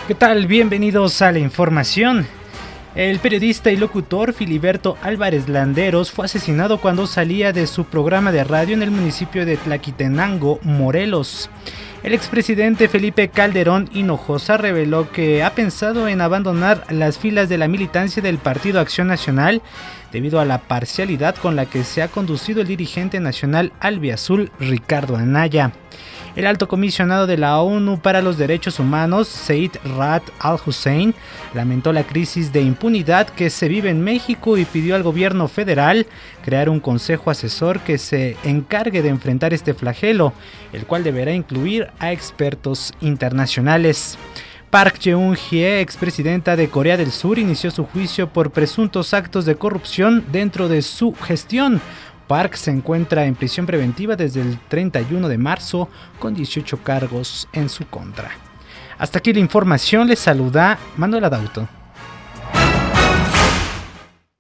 ¿Qué tal? Bienvenidos a la información. El periodista y locutor Filiberto Álvarez Landeros fue asesinado cuando salía de su programa de radio en el municipio de Tlaquitenango, Morelos. El expresidente Felipe Calderón Hinojosa reveló que ha pensado en abandonar las filas de la militancia del Partido Acción Nacional debido a la parcialidad con la que se ha conducido el dirigente nacional albiazul Ricardo Anaya. El alto comisionado de la ONU para los Derechos Humanos, Zeid Ra'ad al-Hussein, lamentó la crisis de impunidad que se vive en México y pidió al gobierno federal crear un consejo asesor que se encargue de enfrentar este flagelo, el cual deberá incluir a expertos internacionales. Park Geun-hye, expresidenta de Corea del Sur, inició su juicio por presuntos actos de corrupción dentro de su gestión. Park se encuentra en prisión preventiva desde el 31 de marzo con 18 cargos en su contra. Hasta aquí la información, les saluda Manuel Adauto.